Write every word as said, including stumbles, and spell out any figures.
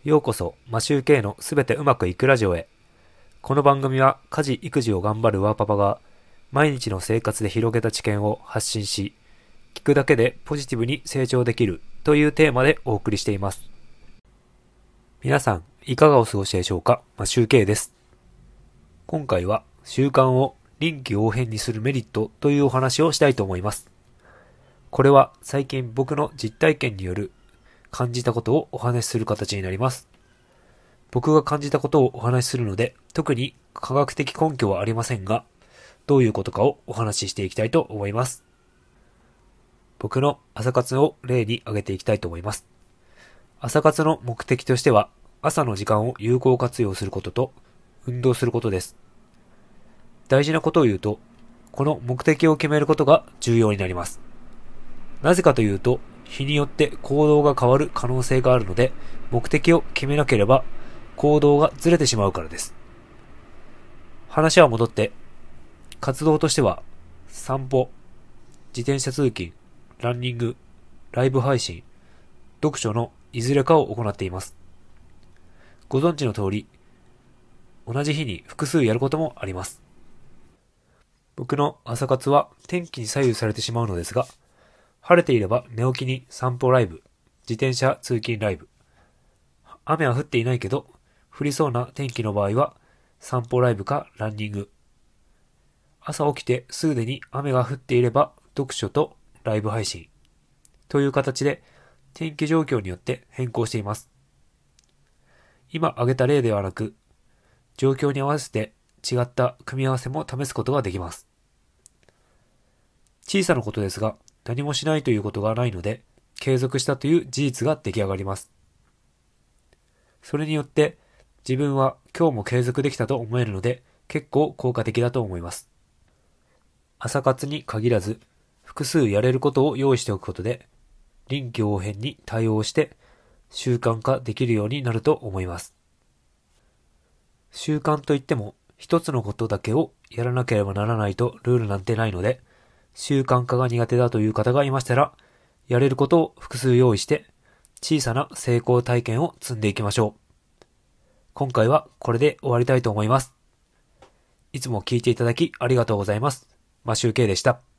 ようこそマシューケイのすべてうまくいくラジオへ。この番組は家事育児を頑張るワーパパが毎日の生活で広げた知見を発信し、聞くだけでポジティブに成長できるというテーマでお送りしています。皆さんいかがお過ごしでしょうか。マシューケイです。今回は習慣を臨機応変にするメリットというお話をしたいと思います。これは最近僕の実体験による感じたことをお話しする形になります。僕が感じたことをお話しするので、特に科学的根拠はありませんが、どういうことかをお話ししていきたいと思います。僕の朝活を例に挙げていきたいと思います。朝活の目的としては、朝の時間を有効活用することと、運動することです。大事なことを言うと、この目的を決めることが重要になります。なぜかというと、日によって行動が変わる可能性があるので、目的を決めなければ行動がずれてしまうからです。話は戻って、活動としては散歩、自転車通勤、ランニング、ライブ配信、読書のいずれかを行っています。ご存知の通り、同じ日に複数やることもあります。僕の朝活は天気に左右されてしまうのですが、晴れていれば寝起きに散歩ライブ、自転車通勤ライブ。雨は降っていないけど、降りそうな天気の場合は散歩ライブかランニング。朝起きてすぐに雨が降っていれば読書とライブ配信。という形で天気状況によって変更しています。今挙げた例ではなく、状況に合わせて違った組み合わせも試すことができます。小さなことですが、何もしないということがないので、継続したという事実が出来上がります。それによって自分は今日も継続できたと思えるので、結構効果的だと思います。朝活に限らず、複数やれることを用意しておくことで、臨機応変に対応して習慣化できるようになると思います。習慣といっても、一つのことだけをやらなければならないとルールなんてないので、習慣化が苦手だという方がいましたら、やれることを複数用意して、小さな成功体験を積んでいきましょう。今回はこれで終わりたいと思います。いつも聞いていただきありがとうございます。マシュウケイでした。